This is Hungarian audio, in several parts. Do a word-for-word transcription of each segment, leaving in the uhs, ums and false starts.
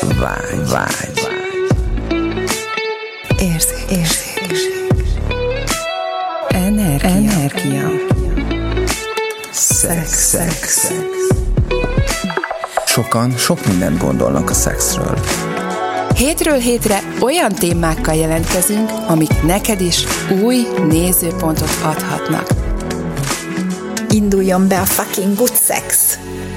Vágy, vágy, érzék, érzék, energia, energia. Szex, szex, szex. Sokan sok mindent gondolnak a szexről. Hétről hétre olyan témákkal jelentkezünk, amik neked is új nézőpontot adhatnak. Induljon be a fucking good sex!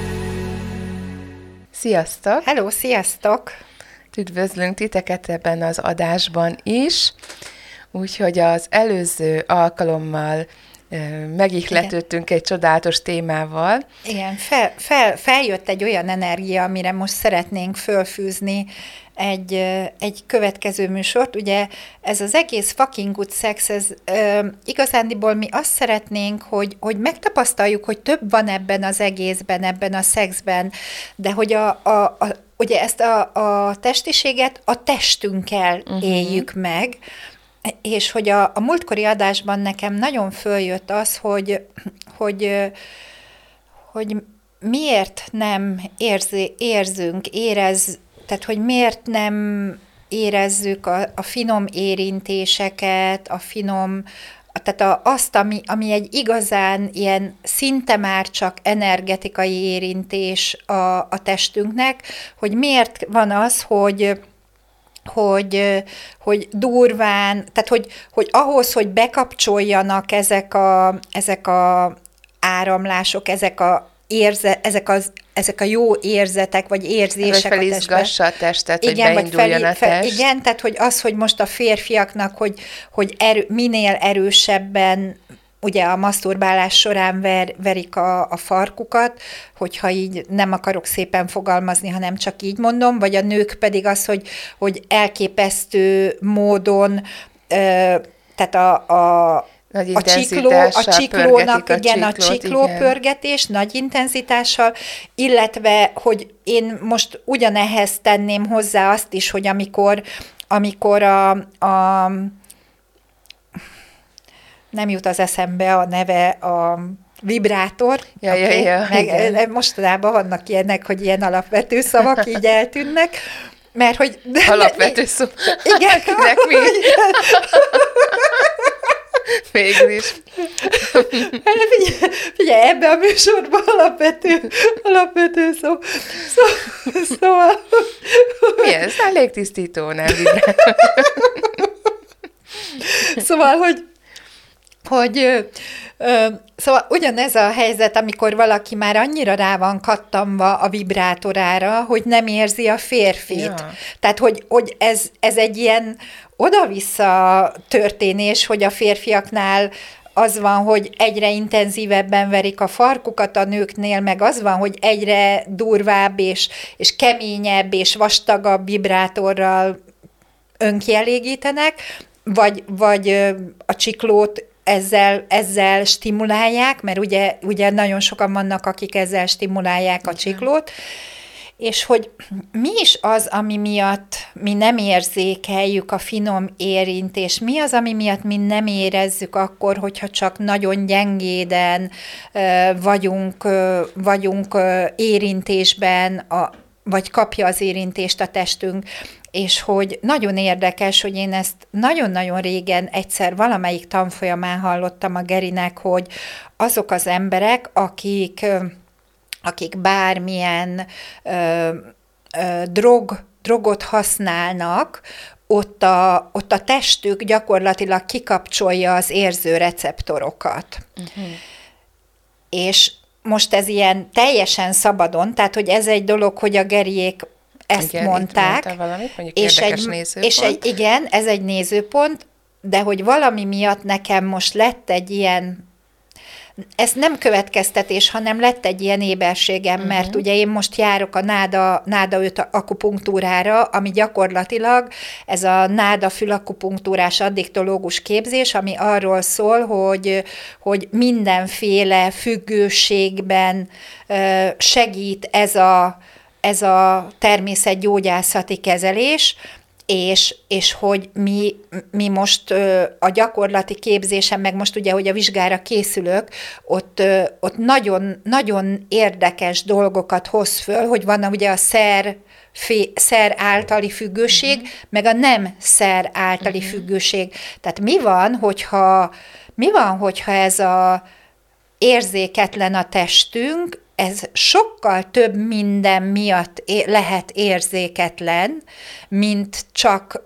Sziasztok! Hello, sziasztok! Üdvözlünk titeket ebben az adásban is, úgyhogy az előző alkalommal megihletődtünk egy csodálatos témával. Igen, fel, fel, feljött egy olyan energia, amire most szeretnénk fölfűzni egy, egy következő műsort. Ugye ez az egész fucking good sex, ez ö, igazándiból mi azt szeretnénk, hogy, hogy megtapasztaljuk, hogy több van ebben az egészben, ebben a szexben, de hogy a, a, a, ugye ezt a, a testiséget a testünkkel uh-huh. éljük meg, és hogy a, a múltkori adásban nekem nagyon följött az, hogy, hogy, hogy miért nem érzi, érzünk, érez, tehát hogy miért nem érezzük a, a finom érintéseket, a finom, tehát a, azt, ami, ami egy igazán ilyen szinte már csak energetikai érintés a, a testünknek, hogy miért van az, hogy hogy, hogy durván, tehát hogy, hogy ahhoz, hogy bekapcsoljanak ezek a, ezek a áramlások, ezek a, érze, ezek, az, ezek a jó érzetek, vagy érzések a felizgassa a testet, igen, hogy beinduljon fel, a fel, test. Igen, tehát hogy az, hogy most a férfiaknak, hogy, hogy erő, minél erősebben ugye a maszturbálás során ver, verik a, a farkukat, hogyha így nem akarok szépen fogalmazni, hanem csak így mondom, vagy a nők pedig az, hogy, hogy elképesztő módon, ö, tehát a, a, a, csikló, a csiklónak, a igen, csiklót, a csiklópörgetés igen. nagy intenzitással, illetve, hogy én most ugyanehhez tenném hozzá azt is, hogy amikor, amikor a, a nem jut az eszembe a neve, a vibrátor. Ja, okay? ja, ja, Meg, mostanában vannak ilyenek, hogy ilyen alapvető szavak így eltűnnek, mert hogy... Alapvető szó. Igen. Kinek mi? Végül is. Figyelj, figyelj, ebbe a műsorban alapvető, alapvető szó. szó szóval... Mi ez? Elég tisztító, nem vibrátor. Szóval, hogy hogy ö, ö, szóval ugyanez a helyzet, amikor valaki már annyira rá van kattanva a vibrátorára, hogy nem érzi a férfit. Ja. Tehát, hogy, hogy ez, ez egy ilyen oda-vissza történés, hogy a férfiaknál az van, hogy egyre intenzívebben verik a farkukat, a nőknél meg az van, hogy egyre durvább és, és keményebb és vastagabb vibrátorral önkielégítenek, vagy, vagy a csiklót ezzel, ezzel stimulálják, mert ugye, ugye nagyon sokan vannak, akik ezzel stimulálják a csiklót, és hogy mi is az, ami miatt mi nem érzékeljük a finom érintést, mi az, ami miatt mi nem érezzük akkor, hogyha csak nagyon gyengéden vagyunk, vagyunk érintésben, a, vagy kapja az érintést a testünk, és hogy nagyon érdekes, hogy én ezt nagyon-nagyon régen egyszer valamelyik tanfolyamán hallottam a Gerinek, hogy azok az emberek, akik, akik bármilyen ö, ö, drog, drogot használnak, ott a, ott a testük gyakorlatilag kikapcsolja az érző receptorokat. Uh-huh. És most ez ilyen teljesen szabadon, tehát hogy ez egy dolog, hogy a Geriék ezt igen, mondták, valamit, és, egy, és egy, igen, ez egy nézőpont, de hogy valami miatt nekem most lett egy ilyen, ez nem következtetés, hanem lett egy ilyen éberségem, uh-huh. mert ugye én most járok a náda, náda öt akupunktúrára, ami gyakorlatilag ez a náda fülakupunktúrás addiktológus képzés, ami arról szól, hogy, hogy mindenféle függőségben segít ez a ez a természetgyógyászati kezelés, és, és hogy mi, mi most ö, a gyakorlati képzésen, meg most ugye, hogy a vizsgára készülök, ott, ö, ott nagyon, nagyon érdekes dolgokat hoz föl, hogy van ugye a szer fé- szer általi függőség, uh-huh. meg a nem szer általi uh-huh. függőség. Tehát mi van, hogyha, mi van, hogyha ez a érzéketlen a testünk, ez sokkal több minden miatt é- lehet érzéketlen, mint csak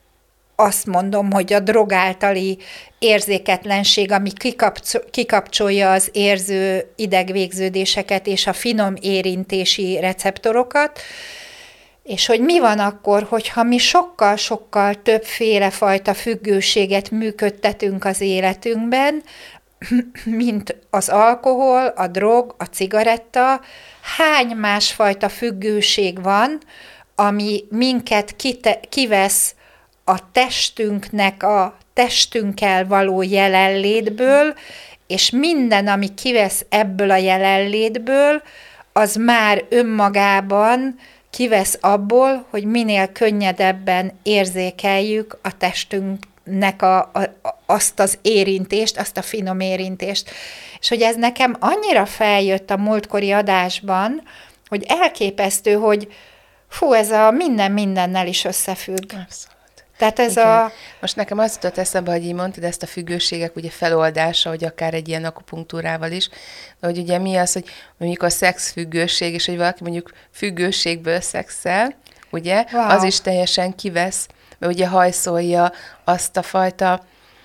azt mondom, hogy a drog általi érzéketlenség, ami kikapcol, kikapcsolja az érző idegvégződéseket és a finom érintési receptorokat, és hogy mi van akkor, hogyha mi sokkal-sokkal többféle fajta függőséget működtetünk az életünkben, mint az alkohol, a drog, a cigaretta, hány másfajta függőség van, ami minket kite, kivesz a testünknek a testünkkel való jelenlétből, és minden, ami kivesz ebből a jelenlétből, az már önmagában kivesz abból, hogy minél könnyedebben érzékeljük a testünknek a, a, azt az érintést, azt a finom érintést. És hogy ez nekem annyira feljött a múltkori adásban, hogy elképesztő, hogy fú, ez a minden mindennel is összefügg. Abszolút. Tehát ez Igen. a... Most nekem azt jutott eszembe, hogy így mondtad ezt a függőségek ugye feloldása, hogy akár egy ilyen akupunktúrával is, de hogy ugye mi az, hogy mondjuk a szexfüggőség, és hogy valaki mondjuk függőségből szexel, ugye, wow. az is teljesen kivesz, mert ugye hajszolja azt a fajta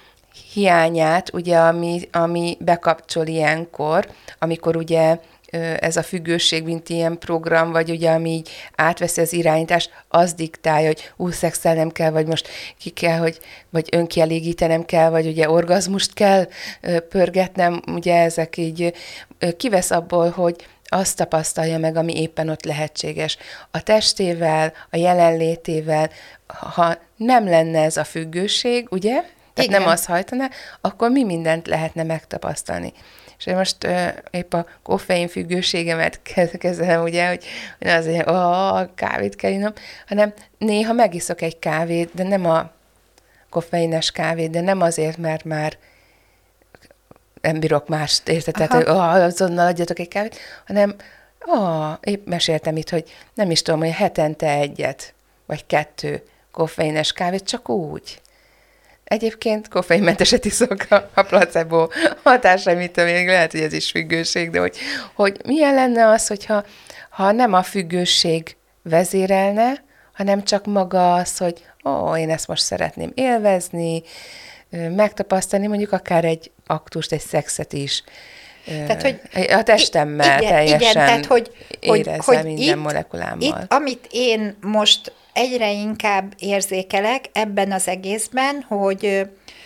hiányát, ugye, ami, ami bekapcsol ilyenkor, amikor ugye ez a függőség, mint ilyen program, vagy ugye, ami így átveszi az irányítást, az diktálja, hogy ú, szexelnem kell, vagy most ki kell, hogy, vagy önkielégítenem kell, vagy ugye orgazmust kell pörgetnem, ugye ezek így kivesz abból, hogy azt tapasztalja meg, ami éppen ott lehetséges. A testével, a jelenlétével, ha nem lenne ez a függőség, ugye, tehát igen. nem az hajtaná, akkor mi mindent lehetne megtapasztalni. És én most uh, épp a koffein függőségemet kezelem, ugye, hogy nem az, hogy oh, kávét kell innom, hanem néha megiszok egy kávét, de nem a koffeines kávét, de nem azért, mert már nem bírok mást, érted, tehát, hogy oh, azonnal adjatok egy kávét, hanem oh, épp meséltem itt, hogy nem is tudom, hogy hetente egyet, vagy kettő koffeines kávét, csak úgy. Egyébként koffeinmenteset iszok a, a placebo hatása, mitől még lehet, hogy ez is függőség, de hogy, hogy milyen lenne az, hogyha ha nem a függőség vezérelne, hanem csak maga az, hogy ó, én ezt most szeretném élvezni, megtapasztalni, mondjuk akár egy aktust, egy szexet is. Tehát, hogy a testemmel igen, teljesen igen, tehát, hogy, érezze hogy, minden itt, molekulámmal. Itt, amit én most egyre inkább érzékelek ebben az egészben, hogy,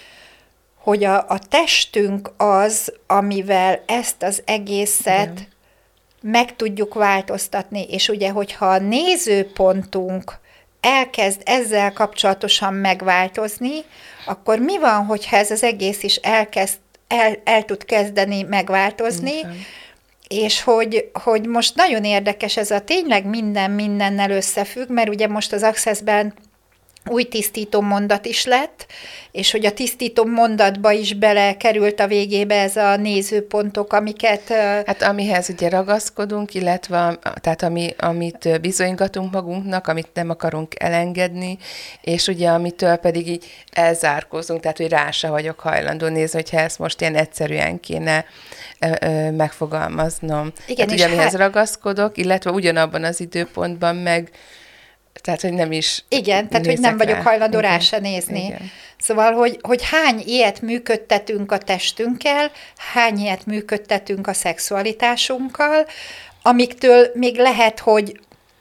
hogy a, a testünk az, amivel ezt az egészet igen. meg tudjuk változtatni, és ugye, hogyha a nézőpontunk elkezd ezzel kapcsolatosan megváltozni, akkor mi van, hogyha ez az egész is elkezd, el, el tud kezdeni megváltozni, igen. és hogy, hogy most nagyon érdekes ez a tényleg minden mindennel összefügg, mert ugye most az Accessben új tisztító mondat is lett, és hogy a tisztító mondatba is belekerült a végébe ez a nézőpontok, amiket... Hát amihez ugye ragaszkodunk, illetve tehát ami, amit bizonygatunk magunknak, amit nem akarunk elengedni, és ugye amitől pedig így elzárkózunk, tehát hogy rá se vagyok hajlandó nézni, hogyha ezt most ilyen egyszerűen kéne ö, ö, megfogalmaznom. Igen, tehát ugye amihez hát... ragaszkodok, illetve ugyanabban az időpontban meg tehát, hogy nem is igen, tehát, hogy nem vagyok rá. hajlandó igen. rá se nézni. Igen. Szóval, hogy, hogy hány ilyet működtetünk a testünkkel, hány ilyet működtetünk a szexualitásunkkal, amiktől még lehet, hogy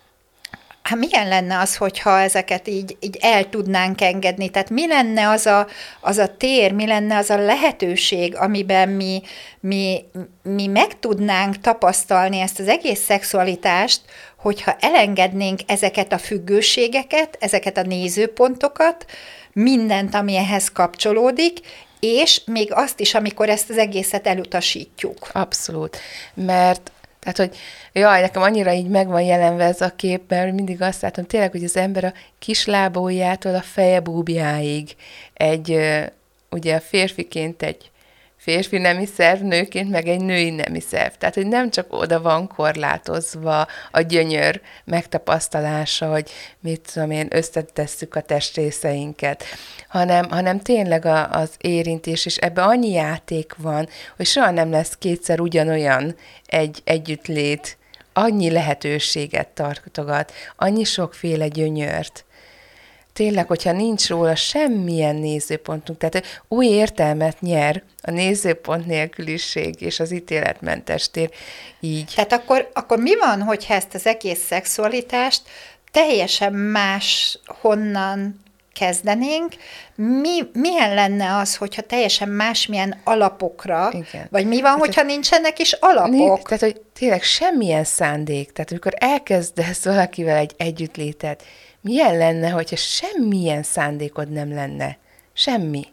hát milyen lenne az, hogyha ezeket így, így el tudnánk engedni? Tehát mi lenne az a, az a tér, mi lenne az a lehetőség, amiben mi, mi, mi meg tudnánk tapasztalni ezt az egész szexualitást, hogyha elengednénk ezeket a függőségeket, ezeket a nézőpontokat, mindent, ami ehhez kapcsolódik, és még azt is, amikor ezt az egészet elutasítjuk. Abszolút, mert tehát, hogy jaj, nekem annyira így meg van jelenve ez a kép, mert mindig azt látom tényleg, hogy az ember a kislábójától a feje búbjáig egy, ugye a férfiként egy férfi nemi szerv nőként, meg egy női nemi szerv. Tehát, hogy nem csak oda van korlátozva a gyönyör megtapasztalása, hogy mit tudom én, összetesszük a testrészeinket, hanem, hanem tényleg a, az érintés, és ebben annyi játék van, hogy soha nem lesz kétszer ugyanolyan egy együttlét, annyi lehetőséget tartogat, annyi sokféle gyönyört. Tényleg, hogyha nincs róla semmilyen nézőpontunk, tehát új értelmet nyer a nézőpont nélküliség és az ítéletmentes tér így. Tehát akkor, akkor mi van, hogyha ezt az egész szexualitást teljesen más honnan kezdenénk? Mi, milyen lenne az, hogyha teljesen másmilyen alapokra, Igen. vagy mi van, hát, hogyha nincsenek is alapok? Tehát, hogy tényleg semmilyen szándék, tehát amikor elkezdesz valakivel egy együttlétet, milyen lenne, hogyha semmilyen szándékod nem lenne? Semmi.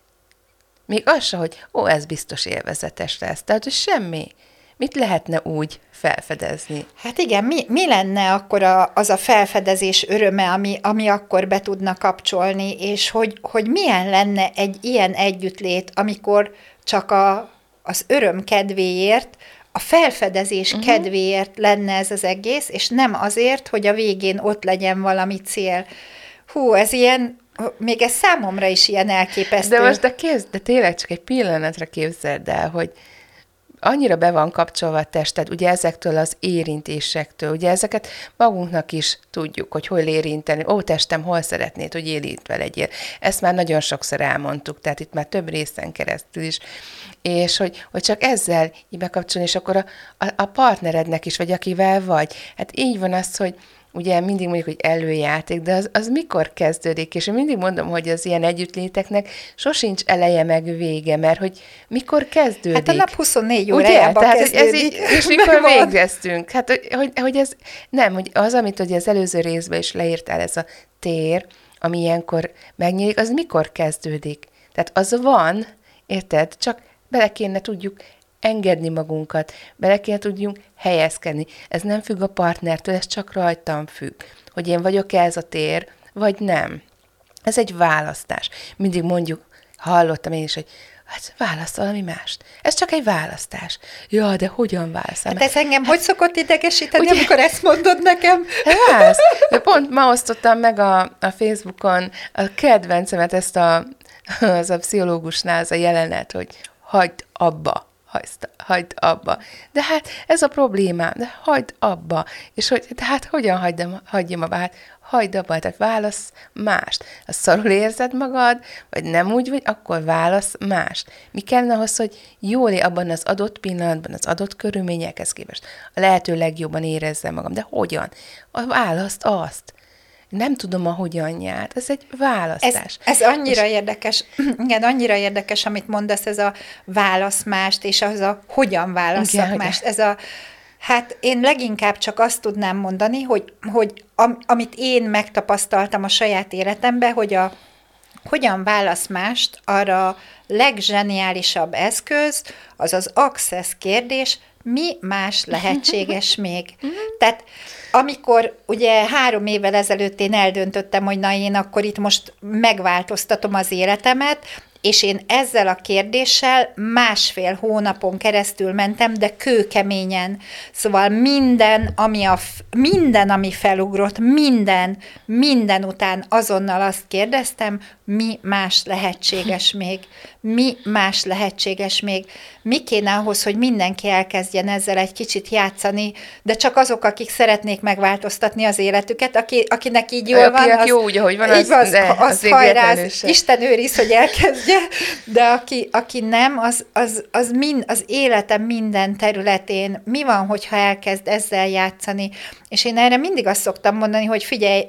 Még az se, hogy ó, ez biztos élvezetes lesz. Tehát, hogy semmi. Mit lehetne úgy felfedezni? Hát igen, mi, mi lenne akkor a, az a felfedezés öröme, ami, ami akkor be tudna kapcsolni, és hogy, hogy milyen lenne egy ilyen együttlét, amikor csak a, az öröm kedvéért, a felfedezés uh-huh. kedvéért lenne ez az egész, és nem azért, hogy a végén ott legyen valami cél. Hú, ez ilyen, még ez számomra is ilyen elképesztő. De most de képz, de tényleg csak egy pillanatra képzeld el, hogy annyira be van kapcsolva a tested, ugye ezektől az érintésektől, ugye ezeket magunknak is tudjuk, hogy hol érinteni, ó, testem, hol szeretnéd, hogy érintve legyél. Ezt már nagyon sokszor elmondtuk, tehát itt már több részen keresztül is, és hogy, hogy csak ezzel így bekapcsolni, és akkor a, a, a partnerednek is, vagy akivel vagy. Hát így van az, hogy ugye mindig mondjuk, hogy előjáték, de az, az mikor kezdődik? És én mindig mondom, hogy az ilyen együttléteknek sosincs eleje meg vége, mert hogy mikor kezdődik? Hát a nap huszonnégy órájában kezdődik. Ez így, és mikor végeztünk? Hát, hogy, hogy, hogy ez nem, hogy az, amit ugye az előző részben is leírtál, ez a tér, ami ilyenkor megnyílik, az mikor kezdődik? Tehát az van, érted? Csak bele kéne tudjuk engedni magunkat, bele kéne tudjunk helyezkedni. Ez nem függ a partnertől, ez csak rajtam függ, hogy én vagyok-e ez a tér, vagy nem. Ez egy választás. Mindig mondjuk, hallottam én is, hogy hát választ valami mást. Ez csak egy választás. Ja, de hogyan válaszol? Hát ez engem hát, hogy szokott idegesíteni, ugye, amikor ezt mondod nekem? Hát, pont ma osztottam meg a, a Facebookon a kedvencemet, ezt a, az a pszichológusnál az a jelenet, hogy hagyd abba. Hagyd, hagyd abba. De hát ez a problémám, de hagyd abba. És hogy, de hát hogyan hagydam, hagyjam abba? Hát hagyd abba, tehát válasz mást. Ha szarul érzed magad, vagy nem úgy vagy, akkor válasz mást. Mi kellene ahhoz, hogy jól abban az adott pillanatban, az adott körülményekhez képest a lehető legjobban érezzem magam. De hogyan? A választ azt. Nem tudom a hogyanját, ez egy választás. Ez, ez annyira és... érdekes, igen, annyira érdekes, amit mondasz, ez a válasz mást, és az a hogyan válasszak igen, mást. Ez a, hát én leginkább csak azt tudnám mondani, hogy, hogy am, amit én megtapasztaltam a saját életemben, hogy a hogyan válasz mást, arra legzseniálisabb eszköz, az az access kérdés, mi más lehetséges még. Tehát amikor ugye három évvel ezelőtt én eldöntöttem, hogy na én akkor itt most megváltoztatom az életemet, és én ezzel a kérdéssel másfél hónapon keresztül mentem, de kőkeményen. Szóval minden, ami, a, minden, ami felugrott, minden, minden után azonnal azt kérdeztem, mi más lehetséges még? Mi más lehetséges még? Mi kéne ahhoz, hogy mindenki elkezdjen ezzel egy kicsit játszani, de csak azok, akik szeretnék megváltoztatni az életüket, aki, akinek így jól van, az, jó, úgy, ahogy van, az, az, de, az, az hajráz, Isten őriz, hogy elkezdje, de aki, aki nem, az, az, az, mind, az élete minden területén mi van, hogyha elkezd ezzel játszani? És én erre mindig azt szoktam mondani, hogy figyelj,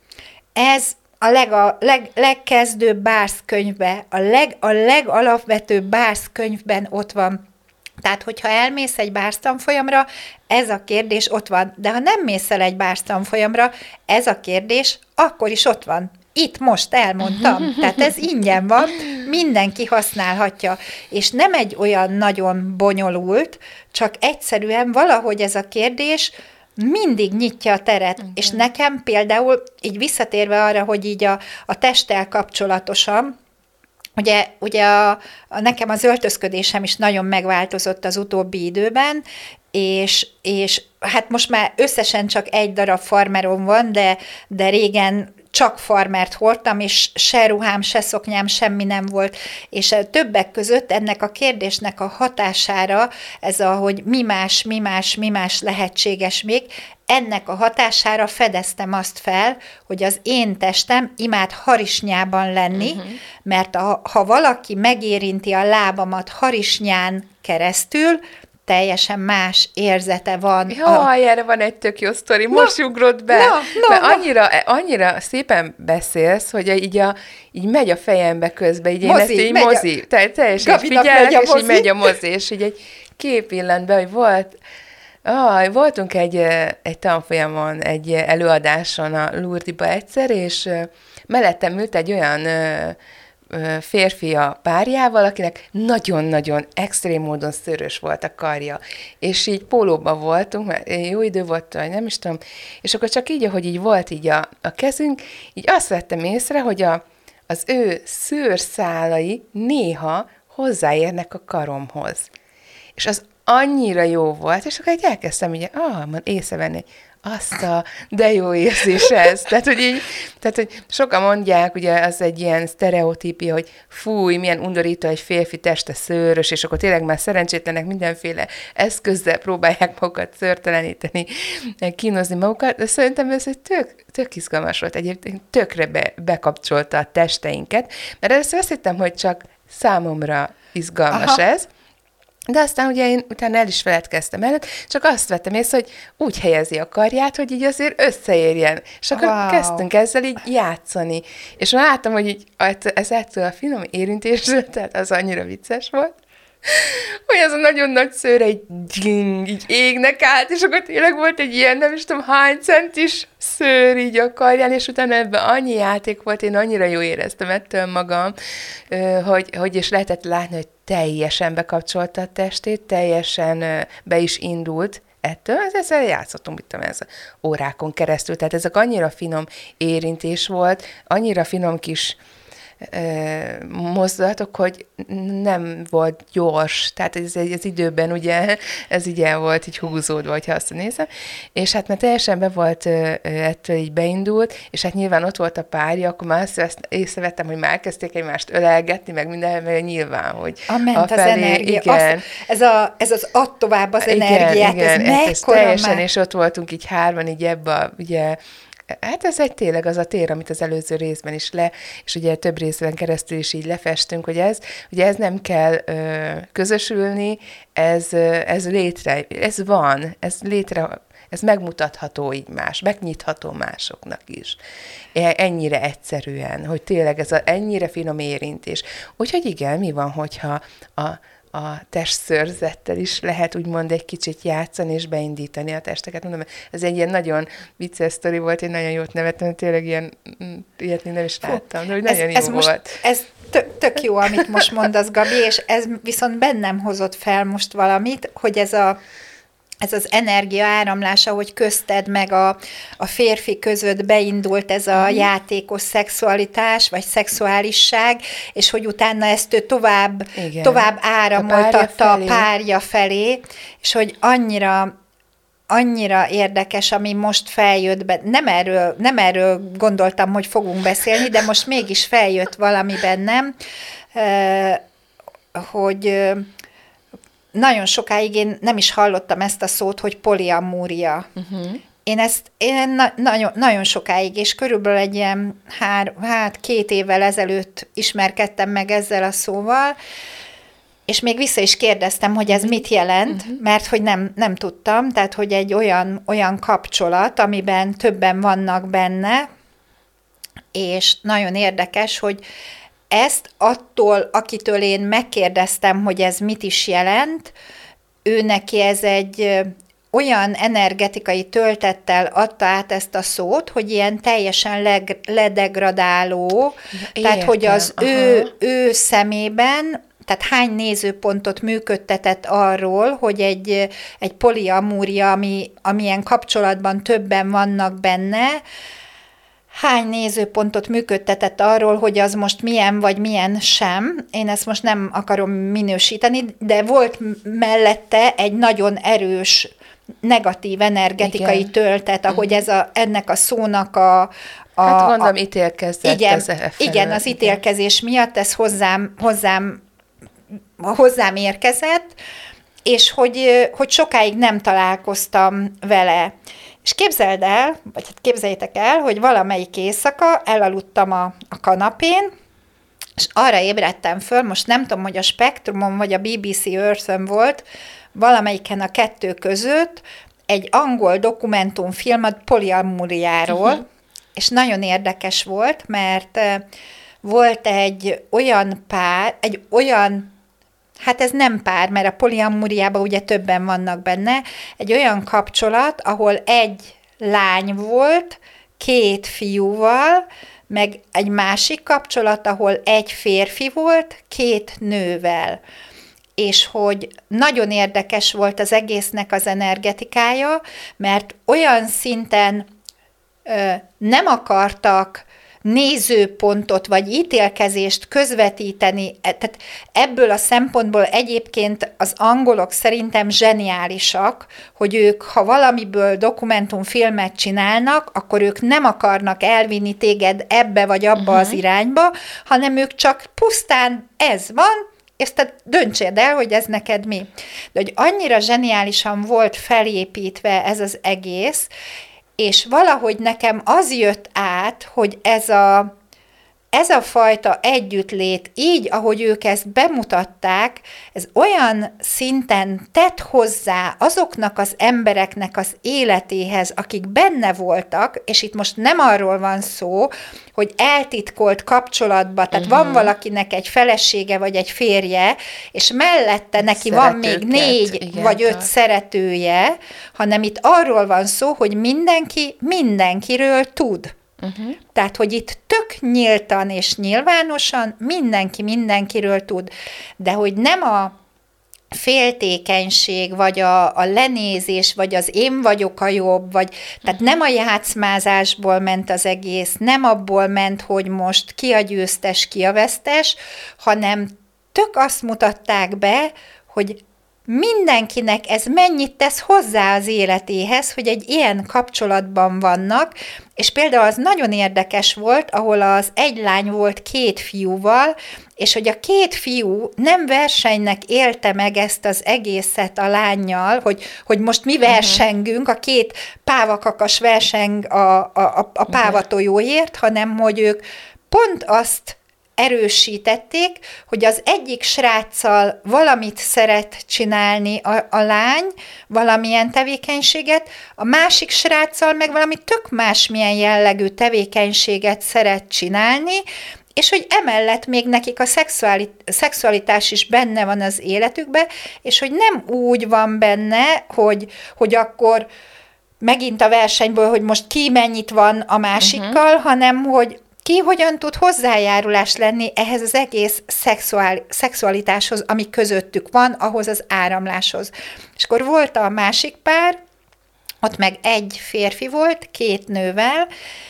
ez a leg, a leg, legkezdőbb bászkönyvben, a, leg, a legalapvetőbb bászkönyvben ott van. Tehát, hogyha elmész egy básztanfolyamra, ez a kérdés ott van. De ha nem mész el egy básztanfolyamra, ez a kérdés akkor is ott van. Itt most elmondtam. Tehát ez ingyen van, mindenki használhatja. És nem egy olyan nagyon bonyolult, csak egyszerűen valahogy ez a kérdés mindig nyitja a teret. Okay. És nekem például, így visszatérve arra, hogy így a, a testtel kapcsolatosan, Ugye, ugye a, a, nekem az öltözködésem is nagyon megváltozott az utóbbi időben, és, és hát most már összesen csak egy darab farmerom van, de, de régen csak farmert hordtam, és se ruhám, se szoknyám, semmi nem volt. És többek között ennek a kérdésnek a hatására, ez a, hogy mi más, mi más, mi más lehetséges még, ennek a hatására fedeztem azt fel, hogy az én testem imád harisnyában lenni, uh-huh. mert a, ha valaki megérinti a lábamat harisnyán keresztül, teljesen más érzete van. Jaj, a... erre van egy tök jó sztori, most no, ugrott be. No, no, mert annyira, annyira szépen beszélsz, hogy így, a, így megy a fejembe közben, így mozi, én ezt így mozi, a... Te, teljesen figyelek, és mozi. Így megy a mozi, és így egy kép illant be, hogy volt, ah, voltunk egy, egy tanfolyamon, egy előadáson a Lourdiba egyszer, és mellettem ült egy olyan férfi a párjával, akinek nagyon-nagyon extrém módon szőrös volt a karja. És így pólóban voltunk, mert jó idő volt, vagy nem is tudom, és akkor csak így, ahogy így volt így a, a kezünk, így azt vettem észre, hogy a, az ő szőrszálai néha hozzáérnek a karomhoz. És az annyira jó volt, és akkor így elkezdtem így, ah, man észrevenni, azt a, de jó érzés ez. Tehát, hogy így, tehát, hogy sokan mondják, ugye az egy ilyen sztereotípia, hogy fúj, milyen undorító egy férfi teste szőrös, és akkor tényleg már szerencsétlenek mindenféle eszközzel próbálják magukat szőrteleníteni, kínozni magukat, de szerintem ez egy tök, tök izgalmas volt. Egyébként tökre be, bekapcsolta a testeinket, mert először azt hittem, hogy csak számomra izgalmas Aha. ez, de aztán ugye én utána el is feledkeztem előtt, csak azt vettem észre, hogy úgy helyezi a karját, hogy így azért összeérjen. És akkor wow. kezdtünk ezzel így játszani. És láttam, hogy így ez ettől a finom érintésről, tehát az annyira vicces volt, hogy az a nagyon nagy szőre így, gying, így égnek át, és akkor tényleg volt egy ilyen, nem is tudom, hány centis szőr így a karján, és utána ebben annyi játék volt, én annyira jó éreztem ettől magam, hogy, hogy és lehetett látni, hogy teljesen bekapcsolta a testét, teljesen be is indult ettől, ezzel játszottunk, mit tudom, ez órákon keresztül, tehát ezek annyira finom érintés volt, annyira finom kis mozdulatok, hogy nem volt gyors, tehát ez az időben ugye, ez így el volt így húzódva, hogyha azt nézem, és hát mert teljesen be volt ettől így beindult, és hát nyilván ott volt a párja, akkor már azt észrevettem, hogy már kezdték egymást ölelgetni, meg minden, mert nyilván, hogy a ment a felé, az energia, igen. Azt, ez, a, ez az ad tovább az igen, energiát, igen, ez mekkora ez teljesen, már... és ott voltunk így hárman, így ebbe a, ugye, hát ez egy tényleg az a tér, amit az előző részben is le, és ugye több részben keresztül is így lefestünk, hogy ez, ugye ez nem kell ö, közösülni, ez, ez létre, ez van, ez létre, ez megmutatható így más, megnyitható másoknak is. Ennyire egyszerűen, hogy tényleg ez a, ennyire finom érintés. Úgyhogy igen, mi van, hogyha a a testszőrzettel is lehet úgymond egy kicsit játszani és beindítani a testeket. Mondom, ez egy ilyen nagyon vicces sztori volt, én nagyon jót nevettem, tényleg ilyen, ilyet nem is láttam, de hogy nagyon ez, ez jó most, volt. Ez tök, tök jó, amit most mondasz, Gabi, és ez viszont bennem hozott fel most valamit, hogy ez a ez az energia áramlása, hogy közted meg a, a férfi között beindult ez a mm. játékos szexualitás, vagy szexuálisság, és hogy utána ezt ő tovább, tovább áramoltatta a párja, a párja felé, és hogy annyira, annyira érdekes, ami most feljött be. Nem erről, nem erről gondoltam, hogy fogunk beszélni, de most mégis feljött valami bennem, hogy... Nagyon sokáig én nem is hallottam ezt a szót, hogy poliamúria. Uh-huh. Én ezt én na- nagyon, nagyon sokáig, és körülbelül egy ilyen hár, hát két évvel ezelőtt ismerkedtem meg ezzel a szóval, és még vissza is kérdeztem, hogy ez uh-huh. mit jelent, uh-huh. mert hogy nem, nem tudtam, tehát hogy egy olyan, olyan kapcsolat, amiben többen vannak benne, és nagyon érdekes, hogy ezt attól, akitől én megkérdeztem, hogy ez mit is jelent, ő neki ez egy olyan energetikai töltettel adta át ezt a szót, hogy ilyen teljesen leg, ledegradáló, értem, tehát hogy az ő, ő szemében, tehát hány nézőpontot működtetett arról, hogy egy, egy poliamúria, ami, amilyen kapcsolatban többen vannak benne, hány nézőpontot működtetett arról, hogy az most milyen vagy milyen sem. Én ezt most nem akarom minősíteni, de volt mellette egy nagyon erős negatív energetikai Igen. töltet, ahogy ez a, ennek a szónak a... a hát gondolom ítélkezett. Igen, az, igen, az ítélkezés miatt ez hozzám, hozzám, hozzám érkezett, és hogy, hogy sokáig nem találkoztam vele. És képzeld el, vagy hát képzeljétek el, hogy valamelyik éjszaka elaludtam a, a kanapén, és arra ébredtem föl, most nem tudom, hogy a Spektrumon vagy a bé bé cé Earth-ön volt, valamelyiken a kettő között egy angol dokumentumfilm a poliamúriáról, uh-huh. és nagyon érdekes volt, mert volt egy olyan pár, egy olyan, hát ez nem pár, mert a poliamúriában ugye többen vannak benne, egy olyan kapcsolat, ahol egy lány volt két fiúval, meg egy másik kapcsolat, ahol egy férfi volt két nővel. És hogy nagyon érdekes volt az egésznek az energetikája, mert olyan szinten ö, nem akartak nézőpontot vagy ítélkezést közvetíteni, tehát ebből a szempontból egyébként az angolok szerintem zseniálisak, hogy ők, ha valamiből dokumentumfilmet csinálnak, akkor ők nem akarnak elvinni téged ebbe vagy abba uh-huh. az irányba, hanem ők csak pusztán ez van, és te döntséd el, hogy ez neked mi. De hogy annyira zseniálisan volt felépítve ez az egész, és valahogy nekem az jött át, hogy ez a, ez a fajta együttlét, így, ahogy ők ezt bemutatták, ez olyan szinten tett hozzá azoknak az embereknek az életéhez, akik benne voltak, és itt most nem arról van szó, hogy eltitkolt kapcsolatban, tehát uh-huh. van valakinek egy felesége vagy egy férje, és mellette neki van még négy igen, vagy öt tehát. szeretője, hanem itt arról van szó, hogy mindenki mindenkiről tud. Uh-huh. Tehát, hogy itt tök nyíltan és nyilvánosan mindenki mindenkiről tud, de hogy nem a féltékenység, vagy a, a lenézés, vagy az én vagyok a jobb, vagy tehát nem a játszmázásból ment az egész, nem abból ment, hogy most ki a győztes, ki a vesztes, hanem tök azt mutatták be, hogy mindenkinek ez mennyit tesz hozzá az életéhez, hogy egy ilyen kapcsolatban vannak, és például az nagyon érdekes volt, ahol az egy lány volt két fiúval, és hogy a két fiú nem versenynek élte meg ezt az egészet a lánnyal, hogy, hogy most mi versengünk, a két pávakakas verseng a, a, a pávatojóért, hanem hogy ők pont azt erősítették, hogy az egyik sráccal valamit szeret csinálni a, a lány, valamilyen tevékenységet, a másik sráccal meg valami tök másmilyen jellegű tevékenységet szeret csinálni, és hogy emellett még nekik a szexuali- szexualitás is benne van az életükben, és hogy nem úgy van benne, hogy, hogy akkor megint a versenyből, hogy most ki mennyit van a másikkal, uh-huh. hanem hogy ki hogyan tud hozzájárulás lenni ehhez az egész szexuál, szexualitáshoz, ami közöttük van, ahhoz az áramláshoz. És akkor volt a másik pár, ott meg egy férfi volt, két nővel,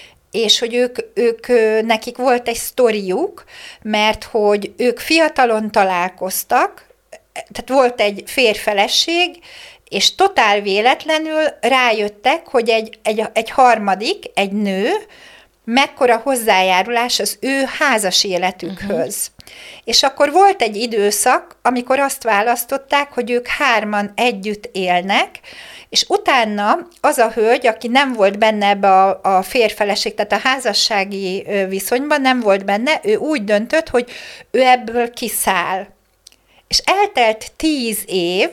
és hogy ők, ők, nekik volt egy sztoriuk, mert hogy ők fiatalon találkoztak, tehát volt egy férfeleség, és totál véletlenül rájöttek, hogy egy, egy, egy harmadik, egy nő, mekkora hozzájárulás az ő házas életükhöz. Uh-huh. És akkor volt egy időszak, amikor azt választották, hogy ők hárman együtt élnek, és utána az a hölgy, aki nem volt benne ebbe a, a férfeleség, tehát a házassági viszonyban nem volt benne, ő úgy döntött, hogy ő ebből kiszáll. És eltelt tíz év,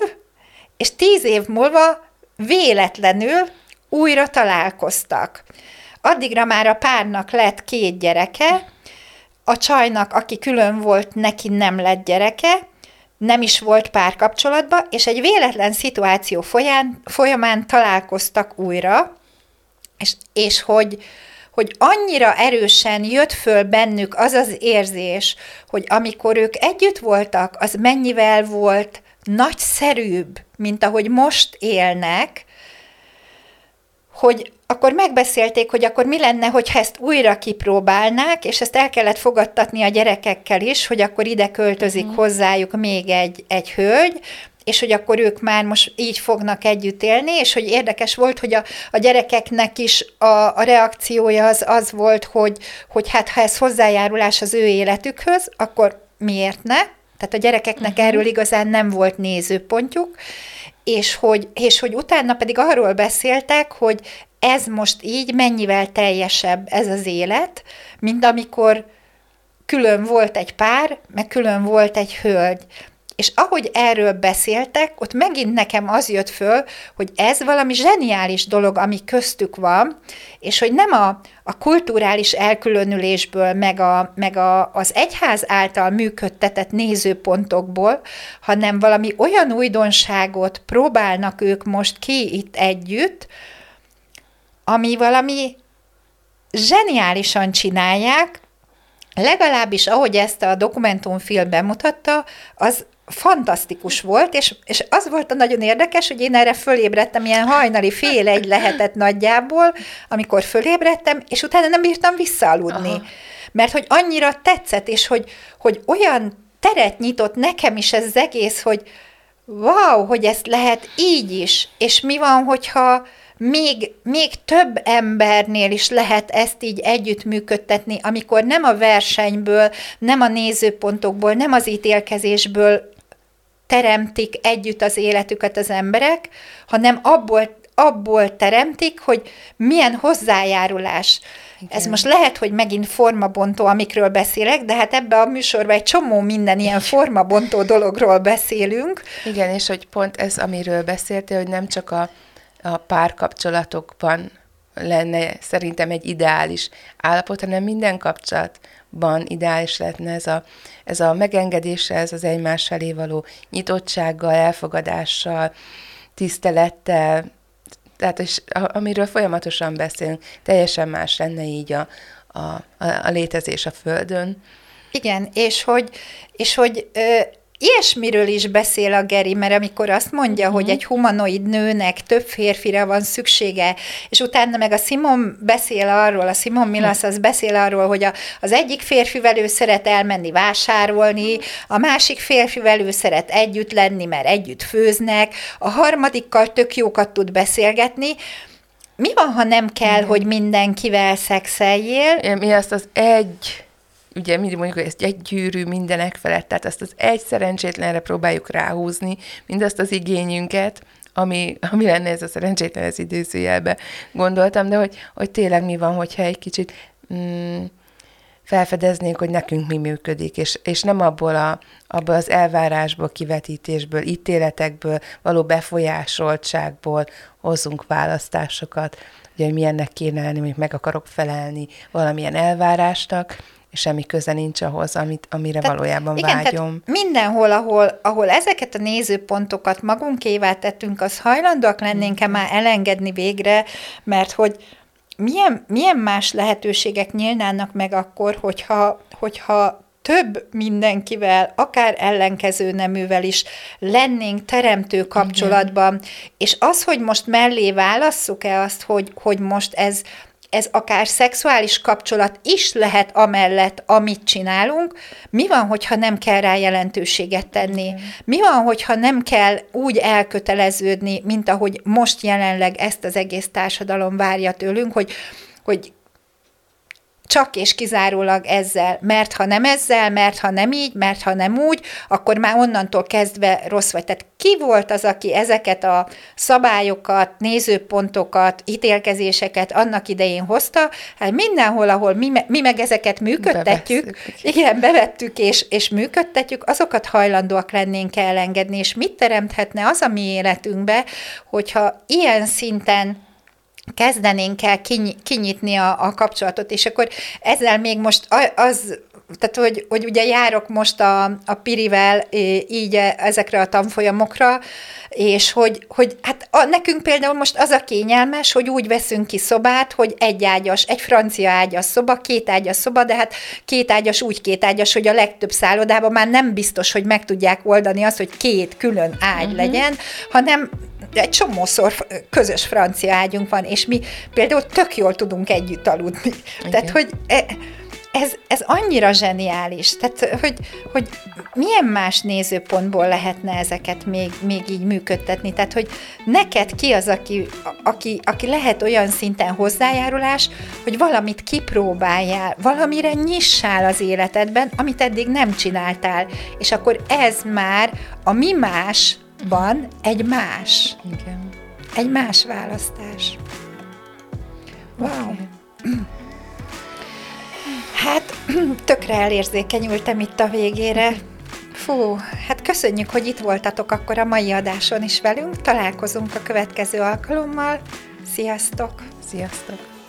és tíz év múlva véletlenül újra találkoztak. Addigra már a párnak lett két gyereke, a csajnak, aki külön volt, neki nem lett gyereke, nem is volt párkapcsolatban, és egy véletlen szituáció folyán, folyamán találkoztak újra, és, és hogy, hogy annyira erősen jött föl bennük az az érzés, hogy amikor ők együtt voltak, az mennyivel volt nagyszerűbb, mint ahogy most élnek, hogy akkor megbeszélték, hogy akkor mi lenne, hogyha ezt újra kipróbálnák, és ezt el kellett fogadtatni a gyerekekkel is, hogy akkor ide költözik uh-huh. hozzájuk még egy, egy hölgy, és hogy akkor ők már most így fognak együtt élni, és hogy érdekes volt, hogy a, a gyerekeknek is a, a reakciója az az volt, hogy, hogy hát ha ez hozzájárulás az ő életükhöz, akkor miért ne? Tehát a gyerekeknek uh-huh. erről igazán nem volt nézőpontjuk, és hogy, és hogy utána pedig arról beszéltek, hogy ez most így mennyivel teljesebb ez az élet, mint amikor külön volt egy pár, meg külön volt egy hölgy. És ahogy erről beszéltek, ott megint nekem az jött föl, hogy ez valami zseniális dolog, ami köztük van, és hogy nem a, a kulturális elkülönülésből, meg, a, meg a, az egyház által működtetett nézőpontokból, hanem valami olyan újdonságot próbálnak ők most ki itt együtt, ami valami zseniálisan csinálják, legalábbis ahogy ezt a dokumentumfilm bemutatta, az fantasztikus volt, és, és az volt a nagyon érdekes, hogy én erre fölébredtem, ilyen hajnali fél egy lehetett nagyjából, amikor fölébredtem, és utána nem bírtam visszaaludni. Aha. Mert hogy annyira tetszett, és hogy, hogy olyan teret nyitott nekem is ez az egész, hogy wow, hogy ezt lehet így is, és mi van, hogyha Még, még több embernél is lehet ezt így együttműködtetni, amikor nem a versenyből, nem a nézőpontokból, nem az ítélkezésből teremtik együtt az életüket az emberek, hanem abból, abból teremtik, hogy milyen hozzájárulás. Igen. Ez most lehet, hogy megint formabontó, amikről beszélek, de hát ebbe a műsorban egy csomó minden ilyen formabontó dologról beszélünk. Igen, és hogy pont ez, amiről beszéltél, hogy nem csak a a párkapcsolatokban lenne szerintem egy ideális állapot, hanem minden kapcsolatban ideális lehetne ez a, ez a megengedése, ez az egymás felé való nyitottsággal, elfogadással, tisztelettel, tehát és amiről folyamatosan beszélünk, teljesen más lenne így a, a, a létezés a Földön. Igen, és hogy, és hogy ö, ilyesmiről is beszél a Geri, mert amikor azt mondja, uh-huh. hogy egy humanoid nőnek több férfira van szüksége, és utána meg a Simon beszél arról, a Simon Milas az beszél arról, hogy a, az egyik férfivel ő szeret elmenni vásárolni, a másik férfivel ő szeret együtt lenni, mert együtt főznek, a harmadikkal tök jókat tud beszélgetni. Mi van, ha nem kell, uh-huh. hogy mindenkivel szexeljél? Mi azt az egy... Ugye mindig mondjuk, hogy ezt egy gyűrű mindenek felett, tehát azt az egy szerencsétlenre próbáljuk ráhúzni, mindazt az igényünket, ami, ami lenne ez a szerencsétlen, ez idézőjelbe gondoltam, de hogy, hogy tényleg mi van, hogyha egy kicsit mm, felfedeznénk, hogy nekünk mi működik, és, és nem abból, a, abból az elvárásból, kivetítésből, ítéletekből, való befolyásoltságból hozzunk választásokat, ugye, hogy milyennek kéne lenni, hogy meg akarok felelni valamilyen elvárásnak, és semmi köze nincs ahhoz, amit, amire tehát, valójában igen, vágyom. Mindenhol, ahol, ahol ezeket a nézőpontokat magunkévá tettünk, az hajlandóak lennénk-e már elengedni végre, mert hogy milyen, milyen más lehetőségek nyílnának meg akkor, hogyha, hogyha több mindenkivel, akár ellenkező neművel is lennénk teremtő kapcsolatban, igen. És az, hogy most mellé válasszuk-e azt, hogy, hogy most ez ez akár szexuális kapcsolat is lehet amellett, amit csinálunk, mi van, hogyha nem kell rá jelentőséget tenni? Okay. Mi van, hogyha nem kell úgy elköteleződni, mint ahogy most jelenleg ezt az egész társadalom várja tőlünk, hogy, hogy csak és kizárólag ezzel, mert ha nem ezzel, mert ha nem így, mert ha nem úgy, akkor már onnantól kezdve rossz vagy. Tehát ki volt az, aki ezeket a szabályokat, nézőpontokat, ítélkezéseket annak idején hozta? Hát mindenhol, ahol mi, mi meg ezeket működtetjük, Bevesszük. igen, bevettük és, és működtetjük, azokat hajlandóak lennénk elengedni, és mit teremthetne az a mi életünkbe, hogyha ilyen szinten kezdenénk el kinyitni a, a kapcsolatot, és akkor ezzel még most az, tehát hogy, hogy ugye járok most a, a Pirivel így ezekre a tanfolyamokra, és hogy, hogy hát a, nekünk például most az a kényelmes, hogy úgy veszünk ki szobát, hogy egy ágyas, egy francia ágyas szoba, két ágyas szoba, de hát két ágyas úgy két ágyas, hogy a legtöbb szállodában már nem biztos, hogy meg tudják oldani azt, hogy két külön ágy uh-huh. legyen, hanem egy csomószor közös francia ágyunk van, és mi például tök jól tudunk együtt aludni. Igen. Tehát, hogy ez, ez annyira zseniális. Tehát, hogy, hogy milyen más nézőpontból lehetne ezeket még, még így működtetni. Tehát, hogy neked ki az, aki, aki, aki lehet olyan szinten hozzájárulás, hogy valamit kipróbáljál, valamire nyissál az életedben, amit eddig nem csináltál. És akkor ez már a mi másban egy más. Igen. Egy más választás. Wow. Okay. Hát, tökre elérzékenyültem itt a végére. Fú, hát köszönjük, hogy itt voltatok akkor a mai adáson is velünk. Találkozunk a következő alkalommal. Sziasztok! Sziasztok!